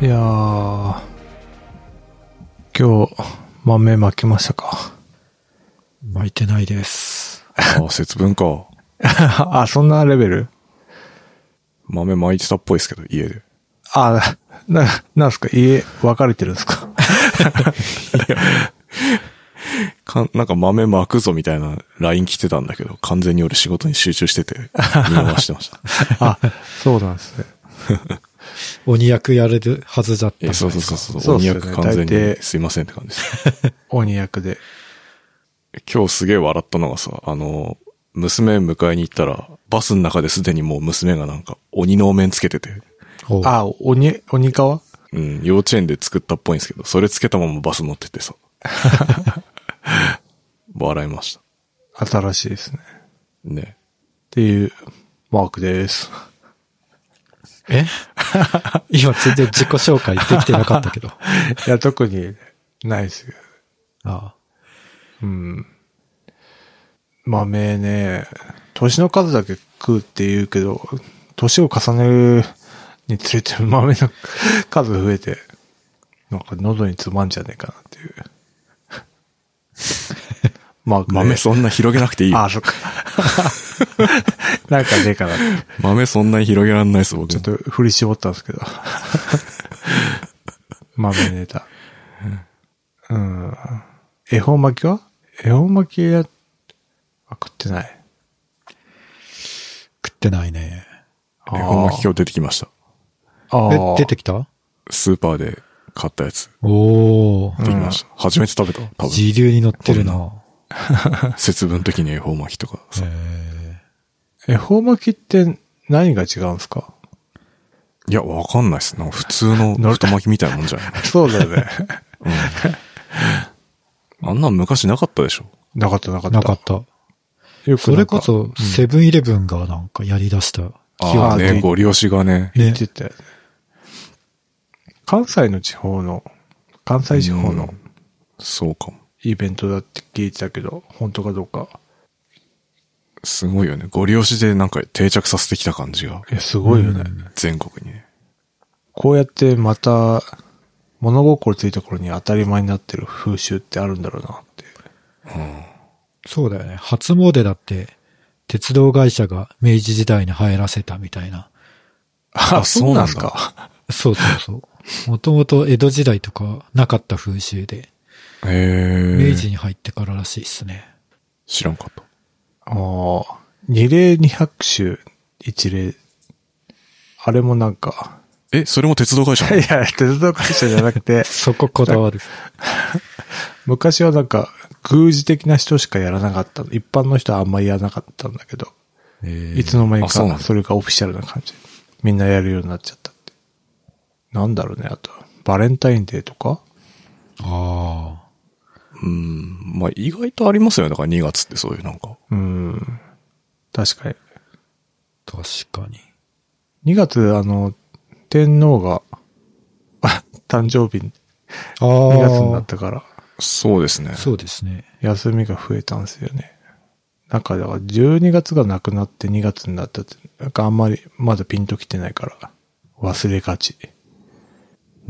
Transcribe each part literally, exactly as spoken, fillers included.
いやー、今日豆巻きましたか？ 巻いてないです。 ああ、節分か。 あ、そんなレベル？ 豆巻いてたっぽいですけど、家で。 あ、な、なんすか、家分かれてるんですか？ いやか、なんか豆巻くぞみたいな ライン 来てたんだけど、完全に俺仕事に集中してて、見逃してました。 あ、そうなんですね。 鬼役やれるはずだったんですか？ そうそうそうそう。 そうっすよね、 鬼役完全にすいませんって感じです。 鬼役で。 今日すげえ笑ったのがさ、あの、娘迎えに行ったら、バスの中ですでにもう娘がなんか鬼のお面つけてて。 あ、鬼、鬼皮？ うん、幼稚園で作ったっぽいんですけど、それつけたままバス乗っててさ。笑いました。 新しいですね。 ね。 っていうマークです。 え今全然自己紹介できてなかったけど。 いや、特にないですよ。 ああ。 うん。豆ね、年の数だけ食うって言うけど、年を重ねるにつれて豆の数増えて、なんか喉につまんじゃねえかなっていう。マーク豆そんな広げなくていいよ。 ああ、そっか。なんかねえかなって。 豆そんなに広げらんないです、僕。 ちょっと振り絞ったんですけど。豆ネタ。うん。恵方巻きは恵方巻きや、あ、食ってない。 食ってないね。 恵方巻き今日出てきました。 ああ。 え、出てきた？ スーパーで買ったやつ。 おー。 出てきました。うん、初めて食べた多分。 時流に乗ってるな。 節分の時に恵方巻きとかさ。 恵方巻きって何が違うんですか？ いや、わかんないっす。なんか普通の太巻きみたいなもんじゃないそうだよね。 うん。あんなん昔なかったでしょ？ なかったなかった。 なかった。 よくそれこそ、セブンイレブンがなんかやり出した気はね、ご利用しがね。 言ってたよね。関西の地方の、関西地方の、 そうかも。 イベントだって聞いてたけど、本当かどうか。 すごいよね。ご利用しでなんか定着させてきた感じが。 いや、すごいよね。 全国にね。 こうやってまた、物心ついた頃に当たり前になってる風習ってあるんだろうなって。 うん、 そうだよね。初詣だって、鉄道会社が明治時代に入らせたみたいな。 あ、そうなんですか。 そうそうそう。もともと江戸時代とかなかった風習で。 へ明治に入ってかららしいっすね。 知らんかった。 ああ、二礼二拍手一礼。あれもなんか。 え、それも鉄道会社なの？ いや、鉄道会社じゃなくて。 そここだわる。 昔はなんか、宮司的な人しかやらなかったの。一般の人はあんまりやらなかったんだけど。いつの間にか、それがオフィシャルな感じ。みんなやるようになっちゃったって。なんだろうね、あと。バレンタインデーとか？ ああ。 うん。まあ、意外とありますよね。だからにがつってそういうなんか。 うん。確かに。 確かに。 にがつ、あの、天皇が、誕生日、にがつになったから。 そうですね。 そうですね。 休みが増えたんですよね。なんか、だからじゅうにがつがなくなってにがつになったって、なんかあんまりまだピンときてないから、忘れがち。 うん。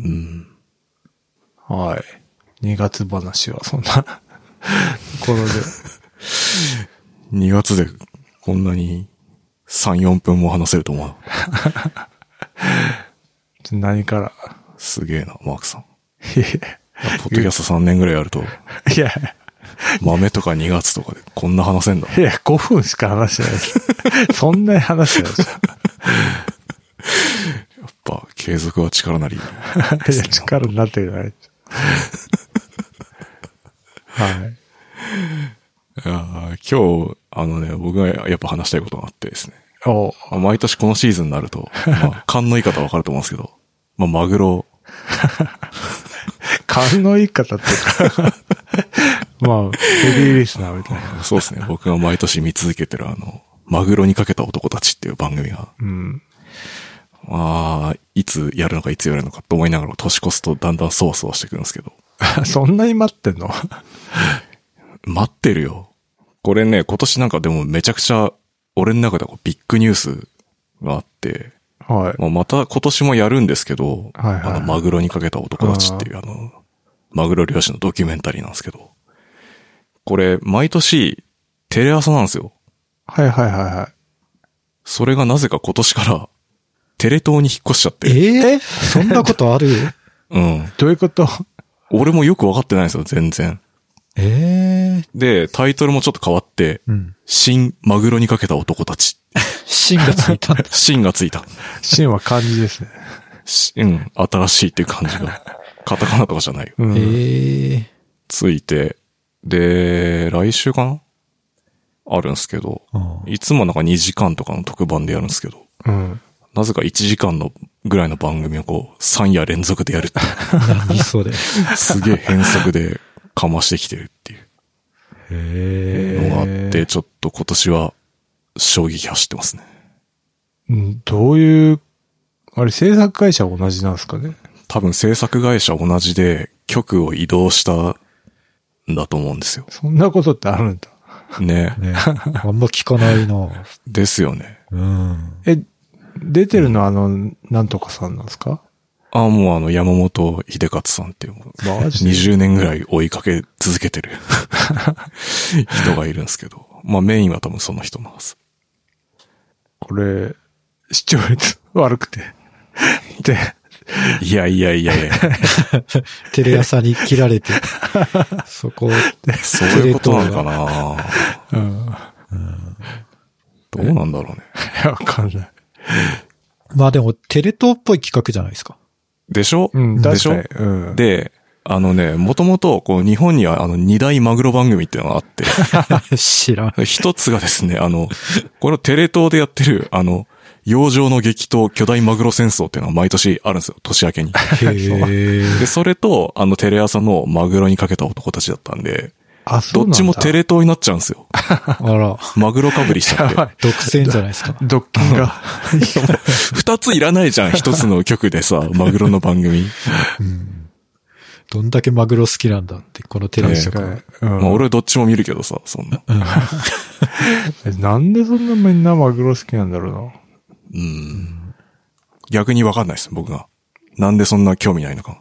はい。にがつ話はそんな、こので。 にがつでこんなにさん、よんぷんも話せると思う。 何から。 すげえな、マークさん。 いや、 ポッドキャストさんねんぐらいやると。 いや、 豆とかにがつとかでこんな話せんだ。 いや、ごふんしか話してないです。そんなに話してないですよ。 やっぱ、継続は力なり。いや、力になってるじゃない。はい。 いや今日、あのね、僕がやっぱ話したいことがあってですね。 お毎年このシーズンになると、まあ、勘のいい方はわかると思うんですけど、まあ、マグロ。 勘のいい方っていうか、まあ、ヘビーリスナーみたいな。 そうですね。僕が毎年見続けてるあの、マグロにかけた男たちっていう番組が。 うん。 まあ、いつやるのかいつやるのかと思いながら年越すとだんだんそわそわしてくるんですけど。 そんなに待ってんの？ 待ってるよ。これね、今年なんかでもめちゃくちゃ俺の中でこうビッグニュースがあって、 はい。 まあ、また今年もやるんですけど、 はいはいはい、 あの、マグロにかけた男たちっていうあの、マグロ漁師のドキュメンタリーなんですけど、これ、毎年、テレ朝なんですよ。 はいはいはいはい。 それがなぜか今年から、テレ東に引っ越しちゃって。 ええー、そんなことある？ うん。 どういうこと？ 俺もよくわかってないんですよ、全然。 ええー。 で、タイトルもちょっと変わって、うん、新マグロにかけた男たち。 新がついたんだ。 新がついた。 新は漢字ですね。 うん、新しいっていう感じが。カタカナとかじゃないよ。 うん、ええー。 ついて、で、来週かなあるんですけど、うん、いつもなんかにじかんとかの特番でやるんですけど、 うん、 なぜかいちじかんのぐらいの番組をこう、さん夜連続でやるって。 何それ。 すげえ変則でかましてきてるっていう。 へのがあって、ちょっと今年は衝撃走ってますね。 うん、どういう、あれ制作会社は同じなんですかね？ 多分制作会社同じで局を移動したんだと思うんですよ。 そんなことってあるんだ。 ね。 ね。あんま聞かないな。 ですよね。 うん。 え、出てるのはあの、なんとかさんなんですか？ あ、もうあの、山本秀勝さんっていう、マジでにじゅうねんぐらい追いかけ続けてる人がいるんですけど、まあメインは多分その人なんです。 これ、視聴率悪くて。で、 いやいやいやいや。 テレ朝に切られて、そこで。 そういうことなのかな、 うんうん、 どうなんだろうね。 いや、わかんない。 まあでも、テレ東っぽい企画じゃないですか。 でしょ、 うん、 でしょ、うん、で、あのね、もともと、こう、日本にはあの、二大マグロ番組っていうのがあって。 知らん。 一つがですね、あの、これテレ東でやってる、あの、洋上の激闘巨大マグロ戦争っていうのが毎年あるんですよ、年明けに。 へで、それと、あの、テレ朝のマグロにかけた男たちだったんで、 あ、そうなんだ。 どっちもテレ東になっちゃうんですよ。 あら。 マグロかぶりしちゃって。 独占じゃないですか。 ドッキンが。 二ついらないじゃん、一つの局でさ、マグロの番組。 うん、どんだけマグロ好きなんだって、このテレビとか。 ねうん、まあ俺どっちも見るけどさ、そんな。 うん、なんでそんなみんなマグロ好きなんだろうな。 うん。逆にわかんないです、僕が。なんでそんな興味ないのか。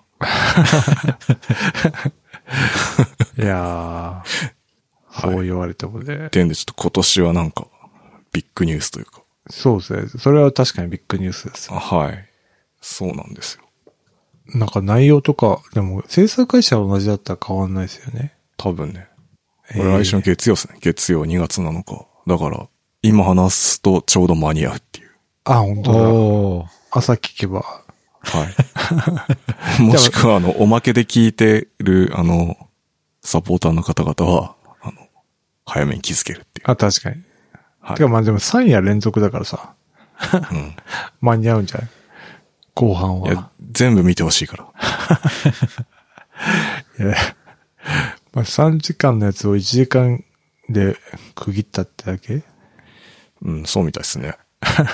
いやー、そう言われてもね。 でんで、ちょっと今年はなんか、ビッグニュースというか。 そうですね。それは確かにビッグニュースですよ。 はい。そうなんですよ。 なんか内容とか、でも制作会社は同じだったら変わんないですよね。 多分ね。これ来週の月曜ですね。月曜にがつなのか。だから、今話すとちょうど間に合うっていう。 あ、本当だ。朝聞けば。 はい。もしくは、あの、おまけで聞いてる、あの、サポーターの方々は、あの、早めに気づけるっていう。 あ、確かに。 はい。 てかまあでもさん夜連続だからさ。うん。間に合うんじゃない？後半は。いや、 全部見てほしいから。 いや、まあさんじかんのやつをいちじかんで区切ったってだけ？ うん、そうみたいですね。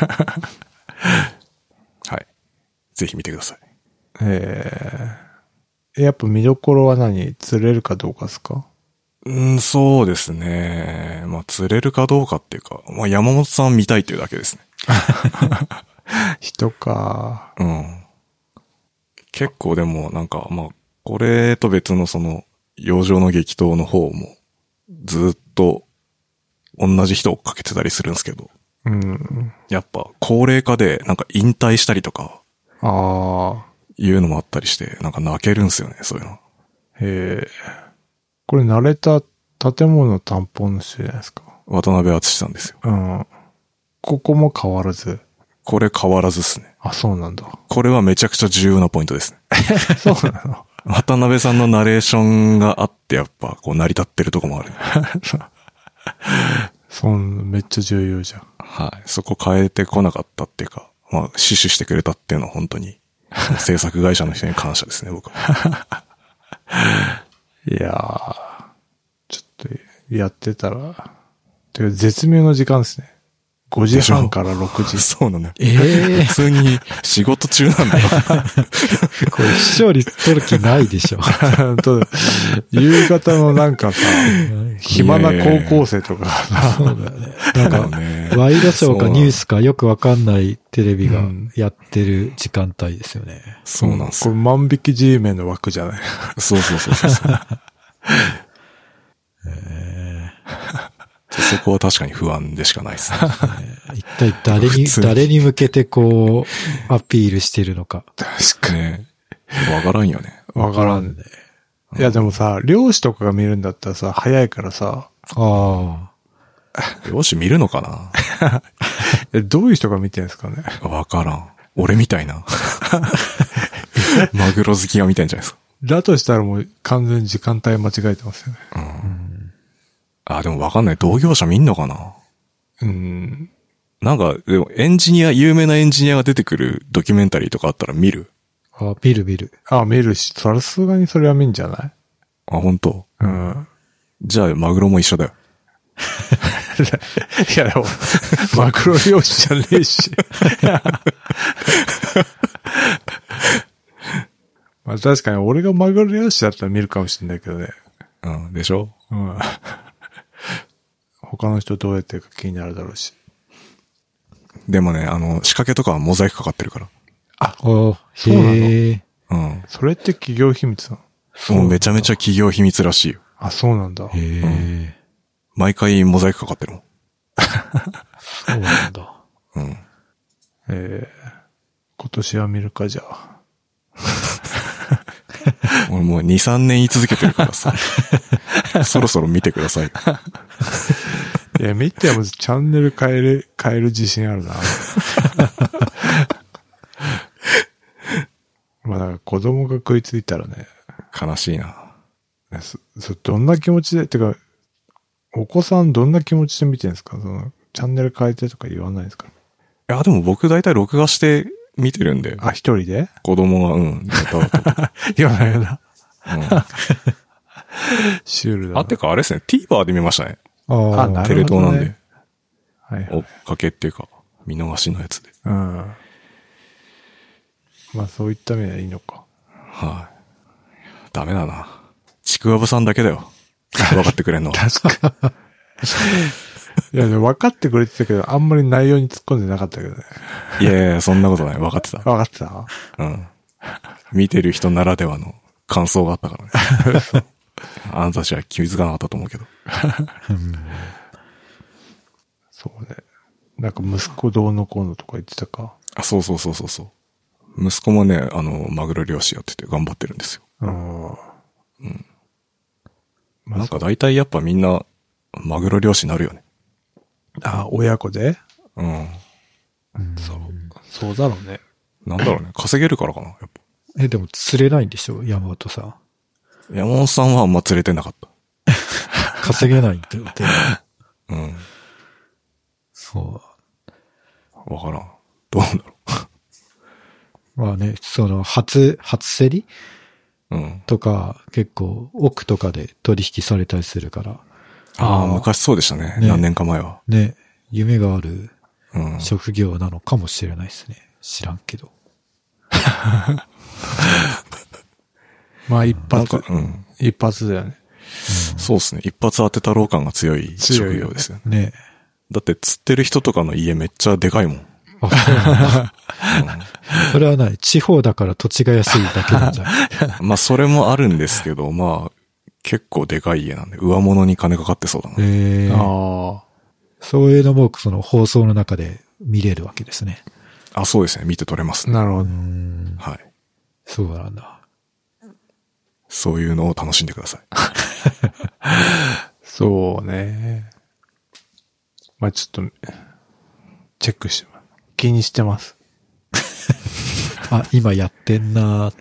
はい。ぜひ見てください。 えー、やっぱ見どころは何？釣れるかどうかですか？ うん、そうですね。まあ、釣れるかどうかっていうか、まあ、山本さん見たいっていうだけですね。 人か。 うん。結構でも、なんか、まあ、これと別のその、洋上の激闘の方も、ずっと、同じ人をかけてたりするんですけど。 うん。 やっぱ、高齢化で、なんか引退したりとか、 ああ。 いうのもあったりして、なんか泣けるんですよね、そういうの。 へえ。これ慣れた建物担保の人じゃないですか。 渡辺敦さんですよ。 うん。ここも変わらず。 これ変わらずっすね。 あ、そうなんだ。 これはめちゃくちゃ重要なポイントですね。 そうなの？ 渡辺さんのナレーションがあってやっぱこう成り立ってるとこもある。 そんめっちゃ重要じゃん。 はい。そこ変えてこなかったっていうか、まあ死守してくれたっていうのは本当に制作会社の人に感謝ですね、僕は。 いやー、ちょっとやってたら、てか絶妙の時間ですね。 ごじはんからろくじ。 そうなんだよ。 ええー、 普通に仕事中なんだよ。 これ視聴率取る気ないでしょ。 夕方のなんかさ、暇な高校生とかさ。 そうだよね。なんか、ね、ワイドショーかニュースかよくわかんないテレビがやってる時間帯ですよね。 そうなんですよ。 これ万引き G メンの枠じゃない。 そうそうそうそう。えーそこは確かに不安でしかないですね。 一体誰に、誰に向けてこう、アピールしてるのか。 確かに。ね、わからんよね。 わからんね。いやでもさ、漁師とかが見るんだったらさ、早いからさ。 ああ。 漁師見るのかなえ、どういう人が見てるんですかね。 わからん。俺みたいな。マグロ好きが見てんじゃないですか。 だとしたらもう完全に時間帯間違えてますよね。 うん。あ、でもわかんない。同業者見んのかな。 うん。 なんか、でもエンジニア、有名なエンジニアが出てくるドキュメンタリーとかあったら見る？ あ、見る見る。 あ、見るし、さすがにそれは見んじゃない？ あ、本当？ うん。 じゃあ、マグロも一緒だよ。 いや、でも、マグロ漁師じゃねえし。まあ確かに俺がマグロ漁師だったら見るかもしれないけどね。 うん、でしょ？ うん。他の人どうやってるか気になるだろうし。 でもね、あの、仕掛けとかはモザイクかかってるから。 あ、そうなの？ うん。 それって企業秘密なの？ そう、めちゃめちゃ企業秘密らしいよ。 あ、そうなんだ。 へえ、うん。 毎回モザイクかかってるもん。 そうなんだ。 うん。 ええー、今年は見るか、じゃあ。 俺もうに、さんねん言い続けてるからさ。そろそろ見てください。 いや、見てもチャンネル変える、変える自信あるな。まあだから子供が食いついたらね。 悲しいな。 そ、そどんな気持ちで、てか、お子さんどんな気持ちで見てるんですか？その、チャンネル変えてとか言わないですか？いや、でも僕大体録画して見てるんで。 あ、一人で？ 子供が、うん、ネタだと。 言わないよな。 うん。 シュールだな。 あ、てかあれですね、TVer で見ましたね。 ああ、なるほど、ね。 テレ東なんで。 はい、はい。 追っかけっていうか、見逃しのやつで。 うん。まあそういった目はいいのか。 はい。ダメだな。ちくわぶさんだけだよ。分かってくれんの。 確かに。いや、ね、分かってくれてたけど、あんまり内容に突っ込んでなかったけどね。 いやいや、そんなことない。分かってた。 分かってた？ うん。見てる人ならではの感想があったからね。あなたたちは気づかなかったと思うけど。 そうね。なんか息子どうのこうのとか言ってたか。 あ、そうそうそうそうそう。息子もね、あの、マグロ漁師やってて頑張ってるんですよ。うん。うん。なんか大体やっぱみんな、マグロ漁師になるよね。 あ、親子で？ うん。 そう。そうだろうね。 なんだろうね。稼げるからかな、やっぱ。 え、でも釣れないんでしょ？山本さん。 山本さんはあんま釣れてなかった。 稼げないって言って。 うん。 そう。 わからん。どうなんだろう。まあね、その、初、初競りうん。 とか、結構、奥とかで取引されたりするから。 ああ、昔そうでしたね。ね、何年か前は。 ね、夢がある、 うん、 職業なのかもしれないですね。知らんけど。 まあ一発、 うん、 一発だよね、 うん。そうですね。一発当てたろう感が強い職業ですよね。 ね。 だって釣ってる人とかの家めっちゃでかいもん。 あ、そうなんだ。うん、それはない。地方だから土地が安いだけなんじゃない？ まあそれもあるんですけど、まあ結構でかい家なんで上物に金かかってそうだな。 へー。ああ。そういうのもその放送の中で見れるわけですね。 あ、そうですね。見て取れますね。 なるほど。 はい。 そうなんだ。 そういうのを楽しんでください。 そうね。まあちょっと、チェックしてます。気にしてます。 あ、今やってんなーって。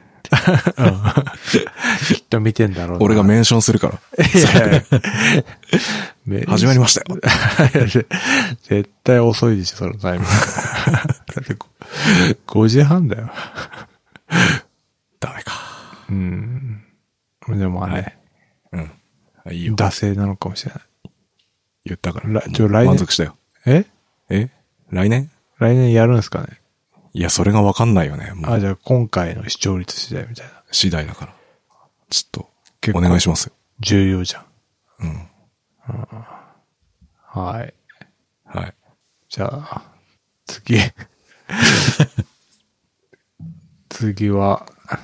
きっと見てんだろうな。 俺がメンションするから。いやいや始まりましたよ。 絶対遅いでしょ、そのタイミング。だってごじはんだよ。 ダメか。 うん。でもね。 はい、うん。いいよ。 惰性なのかもしれない。 言ったから。 ちょ来年満足したよ。 ええ来年来年やるんですかね。 いや、それがわかんないよね。 あ、じゃあ今回の視聴率次第みたいな。 次第だから。ちょっと、お願いしますよ。 重要じゃん。 うん。 うん、はい。 はい。 じゃあ、次。次は、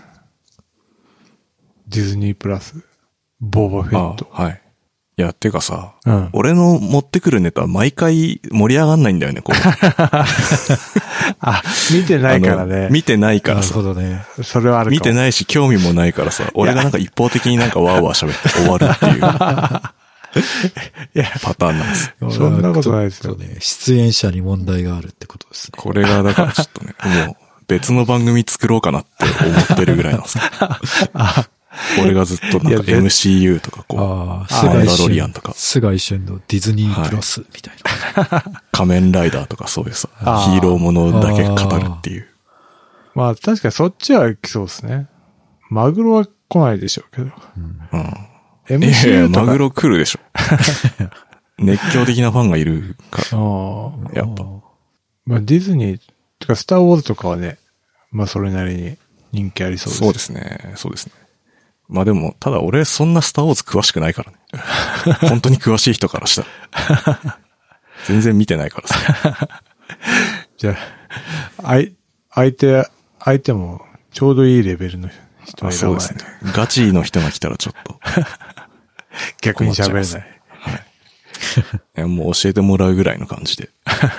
ディズニープラス、ボーバフェット。 はい。いや、てかさ、 うん、 俺の持ってくるネタ毎回盛り上がんないんだよね、こう。 あ、見てないからね。 見てないからさ。 なるほどね。 それはあるかも。 見てないし、興味もないからさ、俺がなんか一方的になんかワーワー喋って終わるっていう。 いや、 パターンなんですよ。 そんなことないですよ。 ね、出演者に問題があるってことですね。 これがだからちょっとね、もう別の番組作ろうかなって思ってるぐらいなんですよ。俺がずっとなんか エムシーユー とかこう、 ああマンダロリアンとか。 菅井俊のディズニープラスみたいな、 はい。仮面ライダーとかそういうさ、ヒーローものだけ語るっていう。 まあ確かにそっちは来そうですね。マグロは来ないでしょうけど。うん。 うん、 エムシーユー とか。 マグロ来るでしょ。熱狂的なファンがいるから。やっぱ。 まあディズニー、とかスターウォーズとかはね、まあそれなりに人気ありそうです。 そうですね。そうですね。まあでも、ただ俺そんなスターウォーズ詳しくないからね。本当に詳しい人からしたら。全然見てないからさ。 じゃあ、あい、相手、相手もちょうどいいレベルの人がいる。 そうですね。ガチの人が来たらちょっと。 逆に喋れない。 はい。いや、もう教えてもらうぐらいの感じで。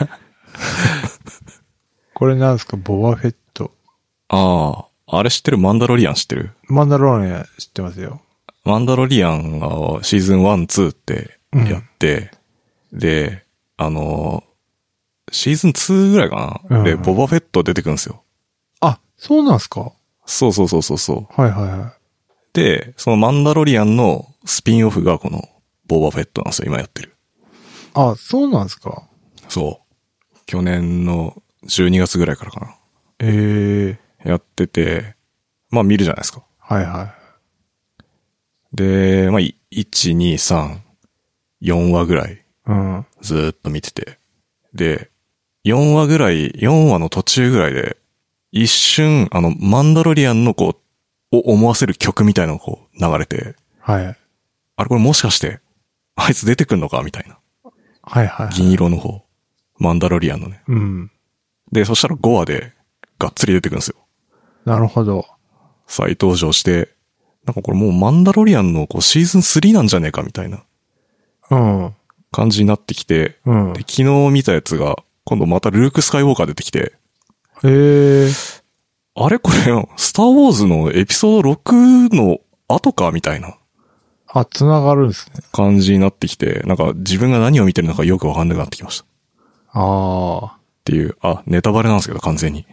これなんですか、ボバフェット。 ああ。あれ知ってる？マンダロリアン知ってる？ マンダロリアン知ってますよ。 マンダロリアンがシーズンワン、ツーってやって、うん、で、あの、シーズンツーぐらいかな、うん、で、ボバフェット出てくるんですよ。 あ、そうなんすか？ そうそうそうそうそう。 はいはいはい。 で、そのマンダロリアンのスピンオフがこのボバフェットなんですよ、今やってる。 あ、そうなんすか？ そう。去年のじゅうにがつぐらいからかな。 ええー。 やってて、まあ見るじゃないですか。 はいはい。 で、まあ、いち、に、さん、よんわぐらい、 うん。 ずーっと見てて。で、よんわぐらい、よんわの途中ぐらいで、一瞬、あの、マンダロリアンのこう、を思わせる曲みたいなのがこう流れて。 はい。 あれこれもしかして、あいつ出てくんのかみたいな。 はいはい、はい。 銀色の方。マンダロリアンのね。 うん。 で、そしたらごわで、がっつり出てくるんですよ。 なるほど。 再登場して、なんかこれもうマンダロリアンのこうシーズンスリーなんじゃねえかみたいな。 うん。 感じになってきて、 うん。 で、昨日見たやつが、今度またルーク・スカイウォーカー出てきて。 へー。 あれこれ、スター・ウォーズのエピソードろくの後かみたいな。 あ、繋がるんですね。 感じになってきて、なんか自分が何を見てるのかよくわかんなくなってきました。 ああ。 っていう、あ、ネタバレなんですけど、完全に。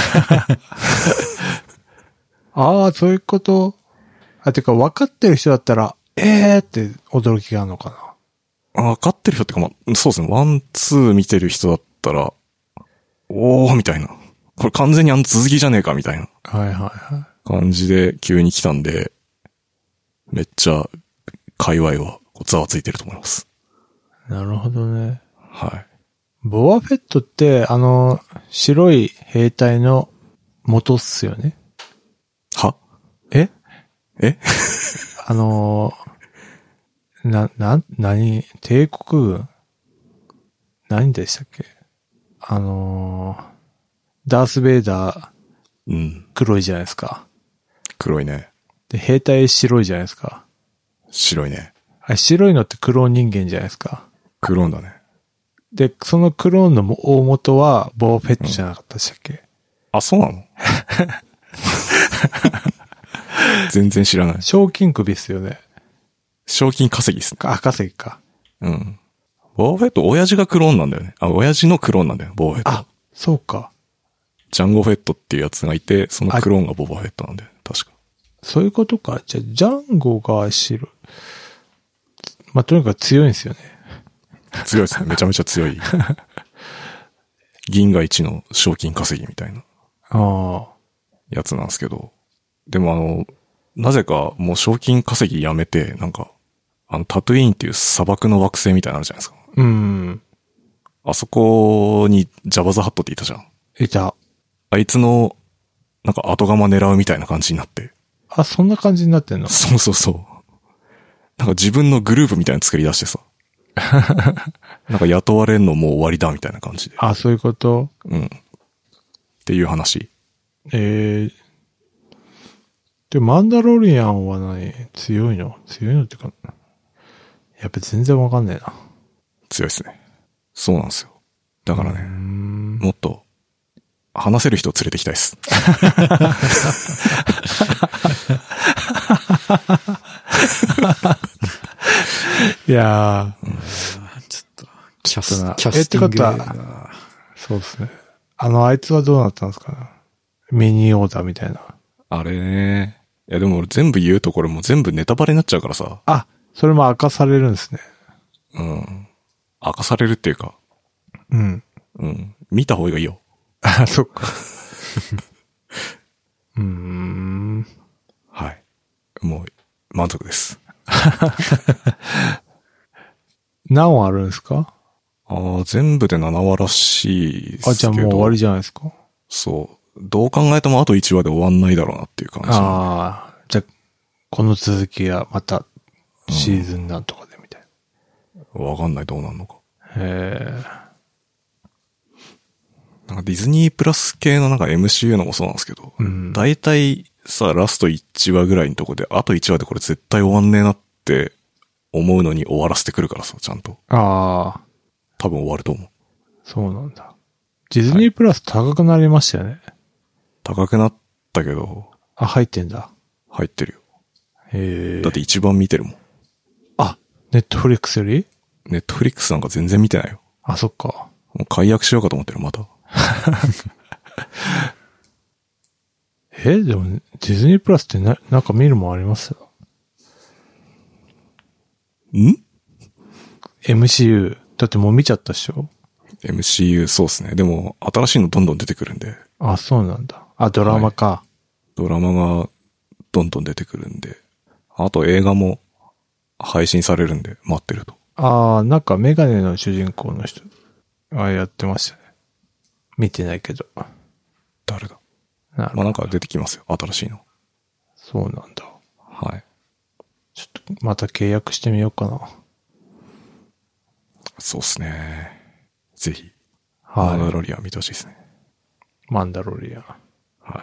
ああ、そういうこと。あ、てか、分かってる人だったら、えーって驚きがあるのかな。分かってる人ってか、まあ、そうですね。ワン、ツー見てる人だったら、おー、みたいな。これ完全にあの続きじゃねえか、みたいな。 はいはいはい。 感じで急に来たんで、めっちゃ、界隈はざわついてると思います。 なるほどね。 はい。 ボアフェットって、あの、白い兵隊の元っすよね。 は？ え？ え？ あの、な、な、なに、帝国軍何でしたっけ？あの、ダース・ベイダー、 うん。 黒いじゃないですか。 黒いね。 で、兵隊白いじゃないですか。 白いね。 あれ、白いのってクローン人間じゃないですか。 クローンだね。 で、そのクローンの大元はボーフェットじゃなかったでしたっけ、うん、 あ、そうなの全然知らない。 賞金首っすよね。 賞金稼ぎっすね。 あ、稼ぎか。 うん。ボーフェット、親父がクローンなんだよね。あ、親父のクローンなんだよ、ボーフェット。 あ、そうか。 ジャンゴフェットっていうやつがいて、そのクローンがボバフェットなんだよ、確か。 そういうことか。じゃあ、ジャンゴが白い。まあ、とにかく強いんですよね。 強いですね。めちゃめちゃ強い。銀河一の賞金稼ぎみたいな。 ああ。 やつなんですけど。でもあの、なぜかもう賞金稼ぎやめて、なんか、あの、タトゥイーンっていう砂漠の惑星みたいなのあるじゃないですか。 うん。 あそこにジャバザハットっていたじゃん。 いた。 あいつの、なんか後釜狙うみたいな感じになって。 あ、そんな感じになってんの？ そうそうそう。なんか自分のグループみたいなの作り出してさ。なんか雇われんのもう終わりだみたいな感じで。 あ、そういうこと？ うん。っていう話。 えー。で、マンダロリアンは何？強いの？強いのってか、やっぱ全然わかんねえな。 強いですね。そうなんですよ。だからね、もっと、話せる人を連れてきたいです。 いやー、 うん、ちょっと、キャスな、 キャスティングえってことは、そうですね。あの、あいつはどうなったんですかね。ミニオーダーみたいな。 あれね。いやでも俺全部言うとこれもう全部ネタバレになっちゃうからさ。 あ、それも明かされるんですね。 うん。明かされるっていうか。 うん。 うん。見た方がいいよ。 あ、そっか。うーん。 はい。もう、満足です。 何話あるんですか？ ああ、全部でななわらしいですけど。 あ、じゃあもう終わりじゃないですか。 そう。どう考えてもあといちわで終わんないだろうなっていう感じ。 ああ、じゃあ、この続きはまたシーズンなんとかでみたいな。わ、うん、かんない、どうなんのか。 へえ。 なんかディズニープラス系のなんか エムシーユー のもそうなんですけど、うん、大体さ、ラストいちわぐらいのとこで、あといちわでこれ絶対終わんねえなって思うのに終わらせてくるからさ、ちゃんと。 ああ。 多分終わると思う。 そうなんだ。ディズニープラス高くなりましたよね。はい、 高くなったけど。 あ、入ってんだ。 入ってるよ。 へえ。 だって一番見てるもん。 あ、ネットフリックスより？ ネットフリックスなんか全然見てないよ。 あ、そっか。 もう解約しようかと思ってる、また。 え、でも、ディズニープラスってな、なんか見るもんありますよ。 ん ?エムシーユー。だってもう見ちゃったっしょ？ エムシーユー そうっすね。でも、新しいのどんどん出てくるんで。 あ、そうなんだ。あ、ドラマか。はい、 ドラマがどんどん出てくるんで。あと映画も配信されるんで待ってると。 ああ、なんかメガネの主人公の人、あやってましたね。見てないけど。 誰だ？まあなんか出てきますよ。新しいの。 そうなんだ。 はい。 ちょっとまた契約してみようかな。 そうっすね。ぜひ。 はい。 マンダロリアン見てほしいですね。 マンダロリアン。 はい。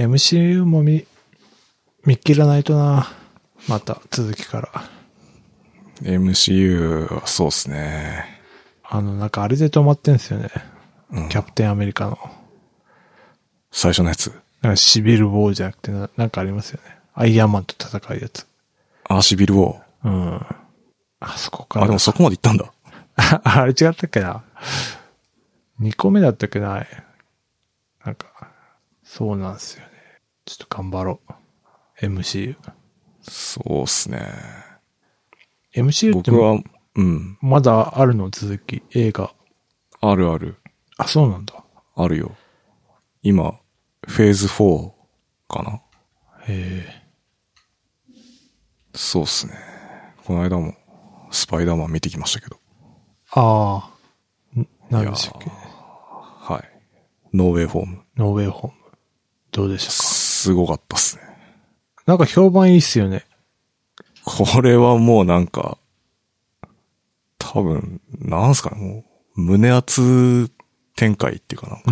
エムシーユー も見、見切らないとな。また続きから。 エムシーユー はそうっすね。 あの、なんかあれで止まってんすよね。 うん、 キャプテンアメリカの。 最初のやつ。 なんかシビルウォーじゃなくてな、なんかありますよね。アイアンマンと戦うやつ。 あ、シビルウォー。 うん。あそこから。 あ、でもそこまで行ったんだ。 あ、あれ違ったっけな。にこめだったっけな。なんか、そうなんですよね。ちょっと頑張ろう。エムシーユー。 そうっすね。 エムシーユー って僕は、うん。 まだあるの続き、映画。 あるある。 あ、そうなんだ。 あるよ。今、フェーズフォーかな。 へえ。 そうっすね。この間も、スパイダーマン見てきましたけど。 ああ。何でしたっけ？ はい。ノーウェイホーム。 ノーウェイホーム。どうでしたか？ すごかったっすね。 なんか評判いいっすよね。 これはもうなんか、多分、なんすかね、もう、胸熱展開っていうかなんか、うん。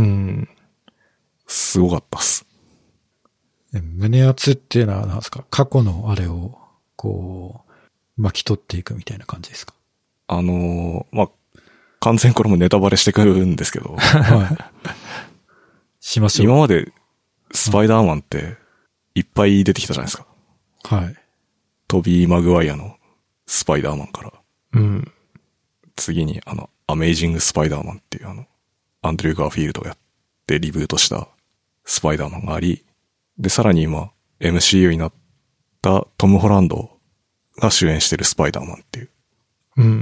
すごかったっす。 胸熱っていうのは何ですか？過去のあれを、こう、巻き取っていくみたいな感じですか？ あのー、まあ、完全これもネタバレしてくるんですけど。はい。 しましょう。 今まで、スパイダーマンって、いっぱい出てきたじゃないですか。 はい。 トビー・マグワイアのスパイダーマンから。 うん。 次に、あの、アメイジング・スパイダーマンっていうあの、アンドリュー・ガーフィールドがやってリブートしたスパイダーマンがあり、で、さらに今、エムシーユー になったトム・ホランドが主演してるスパイダーマンっていう。 うんうんうん。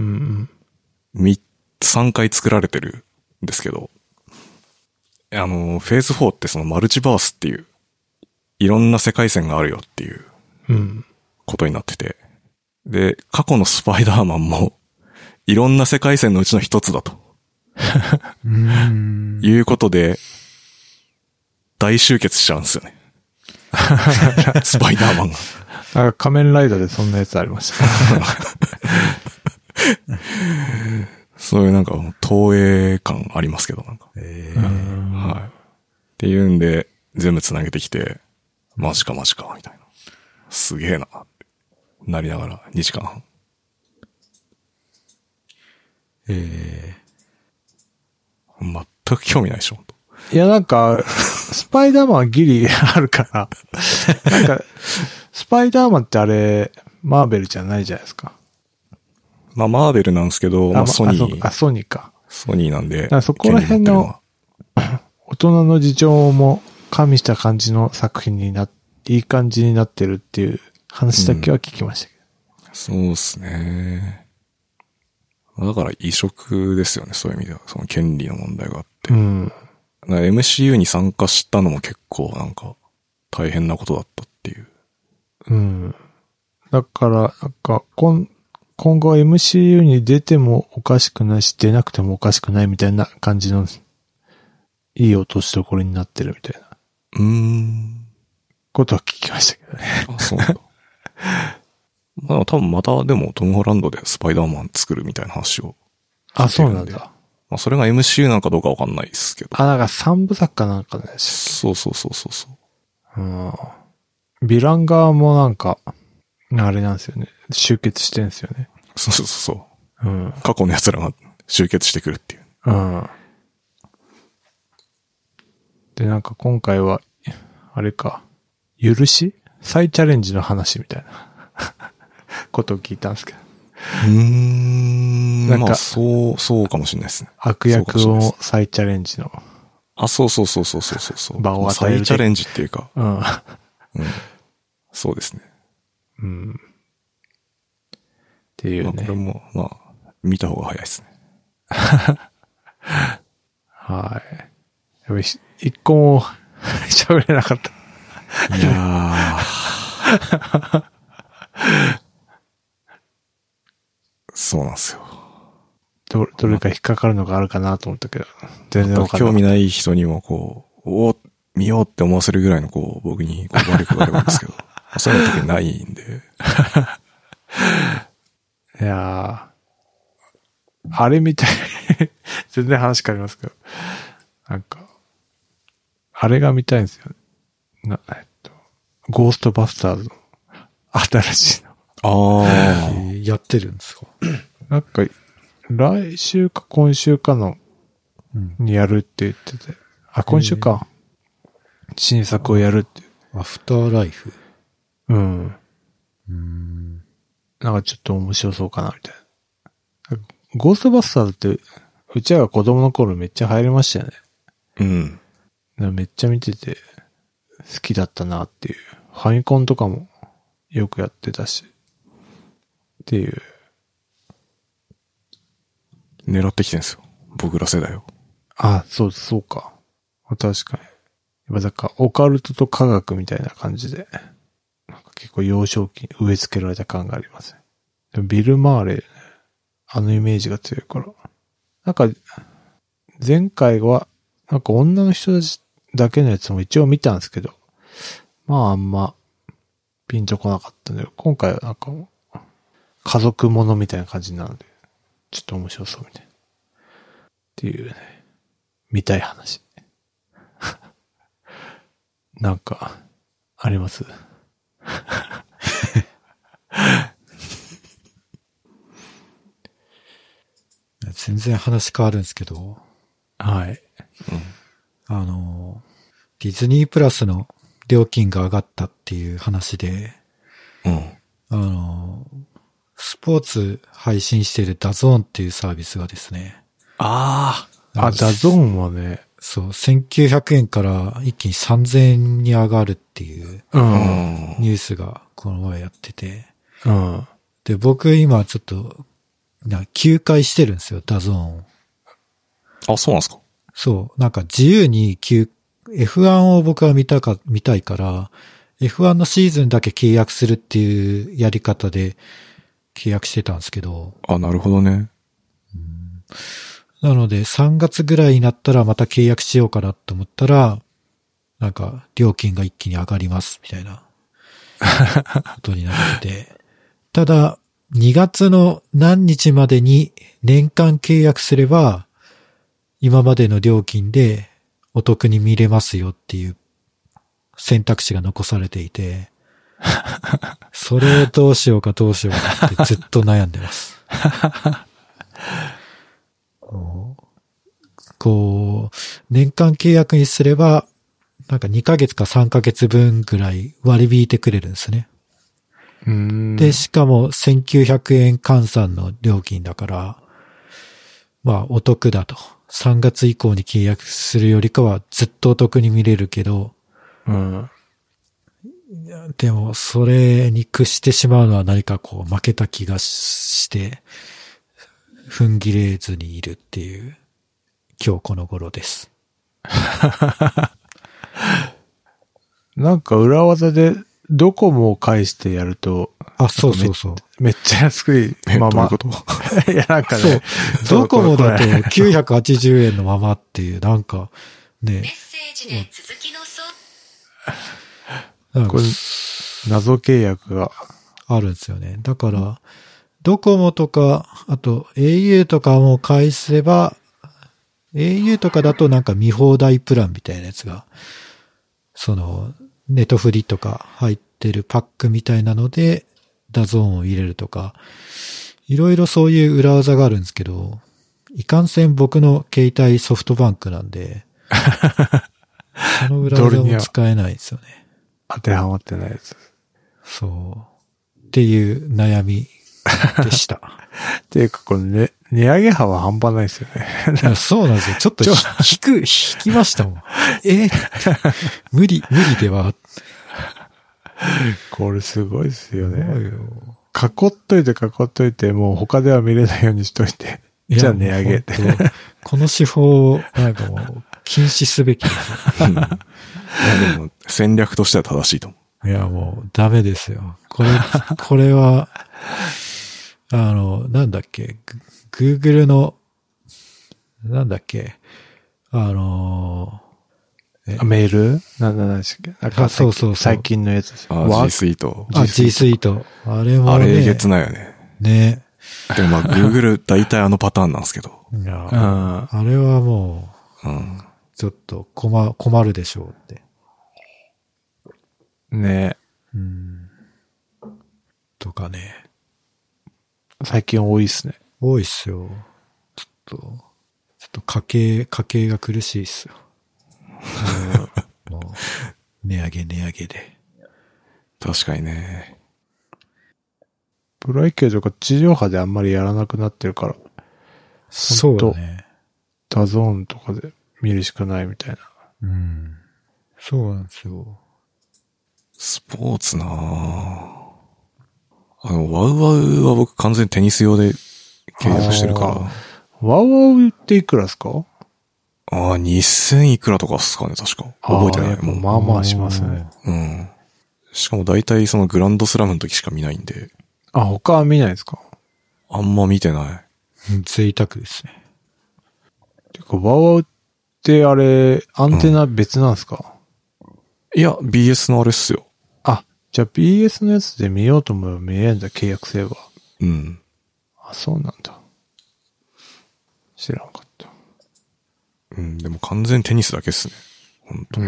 み、さんかい作られてるんですけど、あの、フェーズフォーってそのマルチバースっていう、いろんな世界線があるよっていう、ことになってて、で、過去のスパイダーマンも、 いろんな世界線のうちの一つだと。 うーん。 いうことで、大集結しちゃうんですよね。スパイダーマンが。 なんか仮面ライダーでそんなやつありました。 そういうなんか投影感ありますけど、なんか。 えうんはい。っていうんで、全部繋げてきて、マジかマジか、みたいな。すげえな、ってなりながらにじかんはん。 え全く興味ないでしょ、本当。 いや、なんか、スパイダーマンはギリあるから、なんか、スパイダーマンってあれ、マーベルじゃないじゃないですか。 まあ、マーベルなんですけど、まあ、ソニー。 あ、ソニーか。 ソニーなんで。 だからそこら辺の、大人の事情も加味した感じの作品になって、いい感じになってるっていう話だけは聞きましたけど。 うん、そうですね。だから異色ですよね、そういう意味では。その権利の問題があって。 うん。 エムシーユー に参加したのも結構なんか大変なことだったっていう。 うん。だから、なんか、今、今後 エムシーユー に出てもおかしくないし、出なくてもおかしくないみたいな感じの、いい落としどころになってるみたいな。 うーん。 ことは聞きましたけどね。 あ、そうなんだ。まあ多分またでもトム・ホランドでスパイダーマン作るみたいな話を。 あ、そうなんだ。 まあそれが エムシーユー なんかどうかわかんないですけど。 あ、なんか三部作かなんかね。 そうそうそうそうそう。 うん。ヴィラン側もなんか、あれなんですよね。集結してんですよね。 そうそうそう。 うん。 過去の奴らが集結してくるっていう。 うん。で、なんか今回は、あれか、許し再チャレンジの話みたいなことを聞いたんですけど。 うーん。 なんか、 まあ、そう、そうかもしれないですね。 悪役を再チャレンジの。 あ、そうそうそうそうそうそう。 場を与える。 再チャレンジっていうか。 うん。 うん。そうですね。 うん。っていうね。 まあ、これも、まあ、見た方が早いですね。 はい。やっぱり、一個も喋れなかった。 いやー。そうなんですよ。 ど、どれか引っかかるのがあるかなと思ったけど、全然わかんない。 興味ない人にもこう、おお、見ようって思わせるぐらいのこう、僕にこう悪くがあるんですけど、そういうの時ないんで。 いやー、あれみたい、全然話変わりますけど、なんか、あれが見たいんですよ。な、えっと、ゴーストバスターズの新しいの。 ああ、 えー、やってるんですか？ なんか、来週か今週かの、にやるって言ってて、あ、今週か。新作をやるって。 アフターライフ。 うん。 うーん。 なんかちょっと面白そうかな、みたいな。ゴーストバスターズって、うちらが子供の頃めっちゃ流行りましたよね。 うん。 めっちゃ見てて、好きだったなっていう。ファミコンとかもよくやってたし。っていう。 狙ってきてるんですよ。僕ら世代を。 あ、そう、そうか。確かに。やっぱだから、オカルトと科学みたいな感じで、なんか結構幼少期に植え付けられた感がありますね。でもビル・マーレー、ね、あのイメージが強いから。なんか、前回は、なんか女の人たちだけのやつも一応見たんですけど、まああんま、ピンとこなかったんで、今回はなんか、家族ものみたいな感じになるので、ちょっと面白そうみたいな。っていうね、見たい話。なんか、あります全然話変わるんですけど。 はい。 うん、あの、ディズニープラスの料金が上がったっていう話で、 うん。 あの、スポーツ配信しているダゾーンっていうサービスがですね。 ああ。あ、ダゾーンはね。 そう、せんきゅうひゃくえんから一気にさんぜんえんに上がるっていううん、 ニュースがこの前やってて。 うん。 で、僕今ちょっと、な休会してるんですよ、ダゾーンを。 あ、そうなんですか？ そう、なんか自由に エフワン を僕は見たか、見たいから、エフワン のシーズンだけ契約するっていうやり方で契約してたんですけど。 あ、なるほどね。 なのでさんがつぐらいになったらまた契約しようかなと思ったら、なんか料金が一気に上がりますみたいなことになってて。ただ、にがつの何日までに年間契約すれば、今までの料金でお得に見れますよっていう選択肢が残されていて、それをどうしようかどうしようかってずっと悩んでます。こう、年間契約にすれば、なんかにかげつかさんかげつぶんぐらい割り引いてくれるんですね。 うーんで、しかもせんきゅうひゃくえん換算の料金だから、まあお得だと。さんがつ以降に契約するよりかはずっとお得に見れるけど、 うん。 でもそれに屈してしまうのは何かこう負けた気がして、踏ん切れずにいるっていう今日この頃です。 なんか裏技でドコモを介してやると、 あ、そうそうそう。 めっちゃ安いまま。 どういうこといや、なんかね。 そう。ドコモだときゅうひゃくはちじゅうえんのままっていう、なんか、ね。メッセージで続きのそう。 これ、謎契約があるんですよね。だから、ドコモとか、あと エーユー とかも返せば、エーユー とかだとなんか見放題プランみたいなやつが、その、ネトフリとか入ってるパックみたいなので、ダゾーンを入れるとか、いろいろそういう裏技があるんですけど、いかんせん僕の携帯ソフトバンクなんで、その裏技も使えないんですよね。 当てはまってないやつ。 そう。っていう悩みでした。 っていうか、これね、値上げ幅半端ないですよね。 そうなんですよ。ちょっと引く、引きましたもん。え無理、無理では。 これすごいですよね。囲っといて囲っといて、もう他では見れないようにしといて。じゃあ値上げって。 この手法をなんかもう禁止すべきですよ。 いやでも戦略としては正しいと思う。いやもうダメですよ。これ、これは、あの、なんだっけ、Google の、なんだっけ、あの、 メールなんだなんでしたっけなんかそうそうそう最近のやつですよ。あ、G Suite。 あ、G Suite。あれもね。 あれえげつないよね。 ね。 でもまあ Google 大体あのパターンなんですけど。 いや、うん、あれはもう、 うん、 ちょっと困、困るでしょうって。 ねうん。とかね。 最近多いっすね。 多いっすよ。ちょっと、ちょっと家計、家計が苦しいっすよ。もう、値上げ値上げで。 確かにね。 プロ野球とか地上波であんまりやらなくなってるから。 そうだね。 ダゾーンとかで見るしかないみたいな。 うん。そうなんですよ。 スポーツなぁ。あの、ワウワウは僕完全にテニス用で契約してるから。 ワウワウっていくらですか？ ああ、にせんいくらとかっすかね、確か。覚えてない。 もうまあまあしますね。 うん。しかも大体そのグランドスラムの時しか見ないんで。 あ、他は見ないですか？ あんま見てない。 贅沢ですね。 てか、ワウワウってあれ、アンテナ別なんですか？ うん、いや、ビーエス のあれっすよ。 あ、じゃあ ビーエス のやつで見ようと思えば見えるんだ、契約すれば。 うん。 あ、そうなんだ。知らんかった。 うん、でも完全テニスだけっすね。本当。 うん。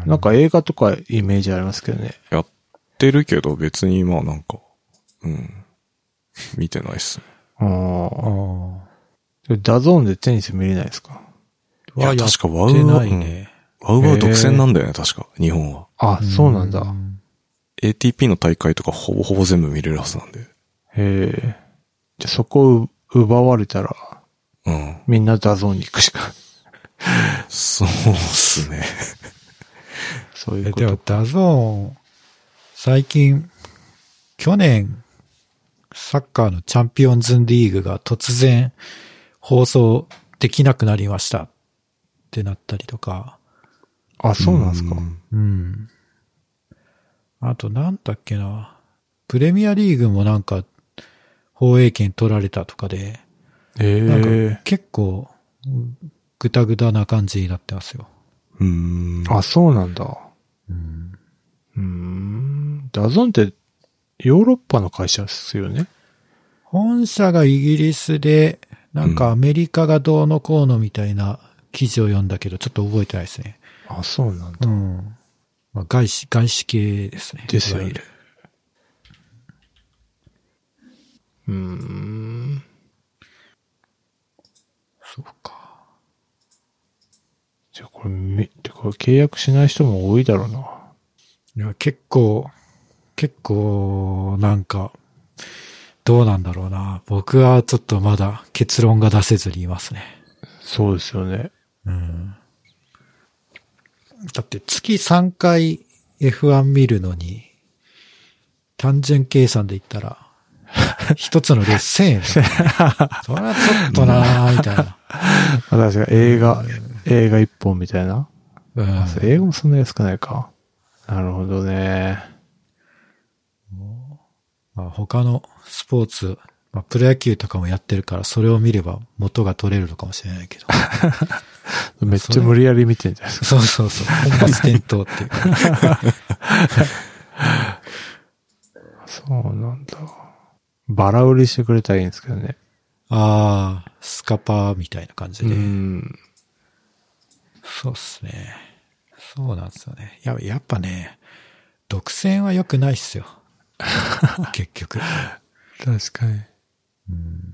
なんか映画とかイメージありますけどね。 やってるけど別にまあなんか、うん。見てないっすね。 ああ。ダゾーンでテニス見れないですか？ いや、確かワウワウ、ね、ワウワウ独占なんだよね、確か、日本は。 あ、そうなんだ。 エーティーピー の大会とかほぼほぼ全部見れるはずなんで。 へえ。じゃあそこを奪われたら、 うん。 みんなダゾーンに行くしか。 そうっすね。 そういうこと。 でもダゾーン、最近、去年、サッカーのチャンピオンズリーグが突然放送できなくなりましたってなったりとか。 あ、そうなんですか。 うん。うん、あとなんだっけな。プレミアリーグもなんか放映権取られたとかで、 ええー。なんか結構、ぐたぐたな感じになってますよ。 うーん。 あ、そうなんだ。 うん。 うーん。ダゾンってヨーロッパの会社ですよね。 本社がイギリスで、なんかアメリカがどうのこうのみたいな記事を読んだけど、ちょっと覚えてないですね。 あ、そうなんだ。 うん。まあ、外資、外資系ですね。 ですよねいわゆる。 うーん。 そうか。 じゃあこれ、め、てか契約しない人も多いだろうな。 いや、結構、結構、なんか、どうなんだろうな。僕はちょっとまだ結論が出せずにいますね。 そうですよね。 うん。だって月さんかい エフワン 見るのに、単純計算で言ったら、一つのレースせんえんだから。それはちょっとなーみたいな。 まあ確か映画、映画一本みたいな。 うん、 映画もそんな安くないか。なるほどね。 まあ、他のスポーツ、まあ、プロ野球とかもやってるから、それを見れば元が取れるのかもしれないけど。 めっちゃ無理やり見てんじゃないですか。 そうそうそう。本末転倒っていうか。 そうなんだ。バラ売りしてくれたらいいんですけどね。 ああ、スカパーみたいな感じで。 うん。 そうっすね。そうなんですよね。や、やっぱね、独占は良くないっすよ。結局。 確かに。 うん。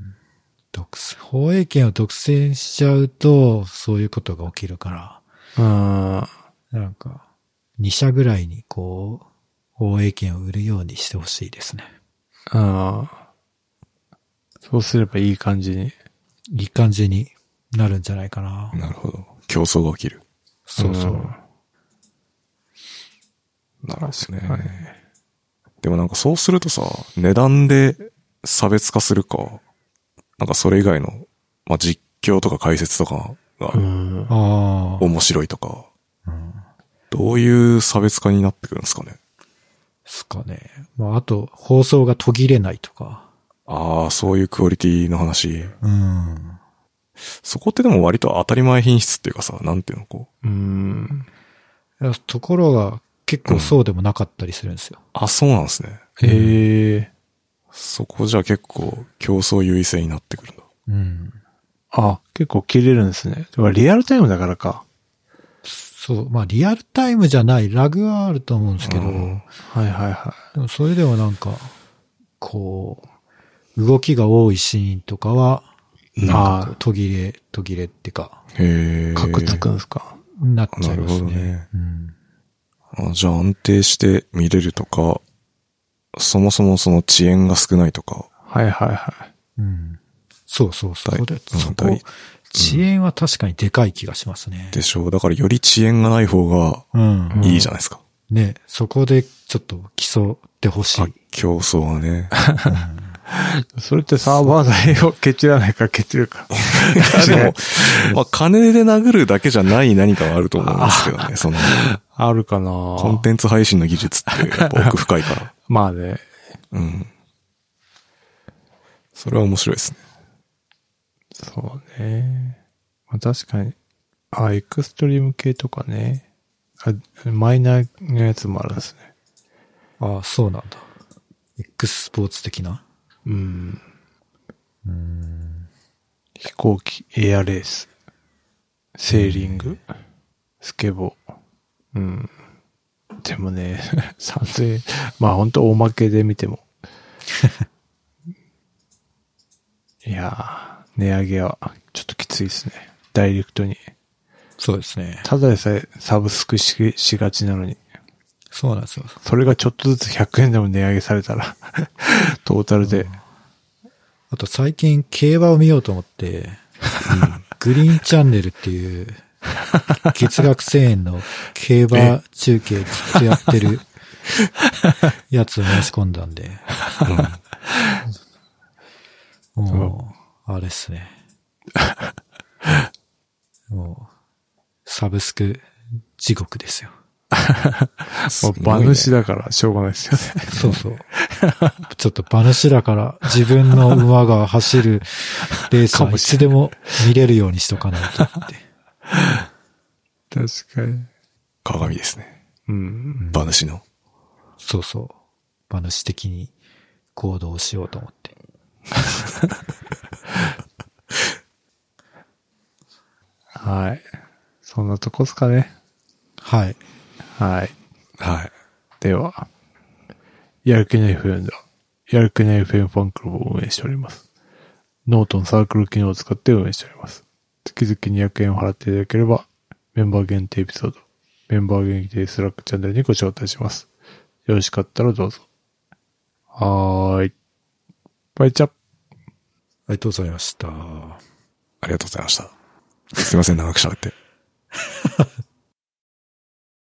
独占、放映権を独占しちゃうと、そういうことが起きるから。 あなんか、に社ぐらいにこう、放映権を売るようにしてほしいですね。 あ。ああ。そうすればいい感じに。 いい感じになるんじゃないかな。 なるほど。競争が起きる。 そうそう。 うんなるほどね。でもなんかそうするとさ、値段で差別化するか、なんかそれ以外の、まあ、実況とか解説とかがうん。 ああ。 面白いとか、 うんどういう差別化になってくるんですかね。 すかね。まあ、あと、放送が途切れないとか。 ああ、そういうクオリティの話。 うん。 そこってでも割と当たり前品質っていうかさ、なんていうのこう。 うん。 いやところが結構そうでもなかったりするんですよ。 あ、そうなんですね。 へえ。 そこじゃ結構競争優位性になってくるんだ。 うん。 あ、結構切れるんですね。でもリアルタイムだからか。 そう。まあ、リアルタイムじゃない、ラグはあると思うんですけど、 うんはいはいはでもそれでもなんか、こう、動きが多いシーンとかは、なんかこう途切れ、途切れってか、 へえ。 い。カクつくんですか。 なっちゃいますね。 なるほどねうん。 あ、じゃあ安定して見れるとか、そもそもその遅延が少ないとか。 はいはいはい。 うん。そうそうそう。 大それうんそこ大、 遅延は確かにでかい気がしますね。 でしょう。だからより遅延がない方がうん。 いいじゃないですか。 ね、そこでちょっと競ってほしい。 あ、競争はね。 それってサーバー代をケチらないかケチるか。 でも、まあ金で殴るだけじゃない何かはあると思いますけどね。その、 あるかなコンテンツ配信の技術ってやっぱ奥深いから。 まあね。 うん。それは面白いですね。 そうね。まあ確かに。あ、エクストリーム系とかね。あ、マイナーなやつもあるんですね。 ああ、そうなんだ。X スポーツ的な。 うん。 うーん。 飛行機、エアレース、セーリング、スケボー。うん。でもね、さんぜんえん。まあ本当大負けで見ても。いやー、値上げはちょっときついですね。ダイレクトに。 そうですね。 ただでさえサブスクし、しがちなのに。 そうなんですよ。 それがちょっとずつひゃくえんでも値上げされたら、トータルで。 あと最近競馬を見ようと思って、うん、グリーンチャンネルっていう月額せんえんの競馬中継ずっとやってるやつを申し込んだんで、うん、もう、あれっすね。もう、サブスク地獄ですよ。 もう馬主だからしょうがないですよね。 そうそう。ちょっと馬主だから自分の馬が走るレースはいつでも見れるようにしとかないとって。 確かに。 鏡ですね。 うん。 馬主の。 そうそう。馬主的に行動しようと思って。 はい。そんなとこっすかね。 はい。 はい。 はい。 では、やる気ない エフエム では、やる気ない エフエム ファンクラブを運営しております。ノートのサークル機能を使って運営しております。月々にひゃくえんを払っていただければ、メンバー限定エピソード、メンバー限定スラックチャンネルにご招待します。よろしかったらどうぞ。はーい。バイチャ。 ありがとうございました。 ありがとうございました。すいません、長く喋って。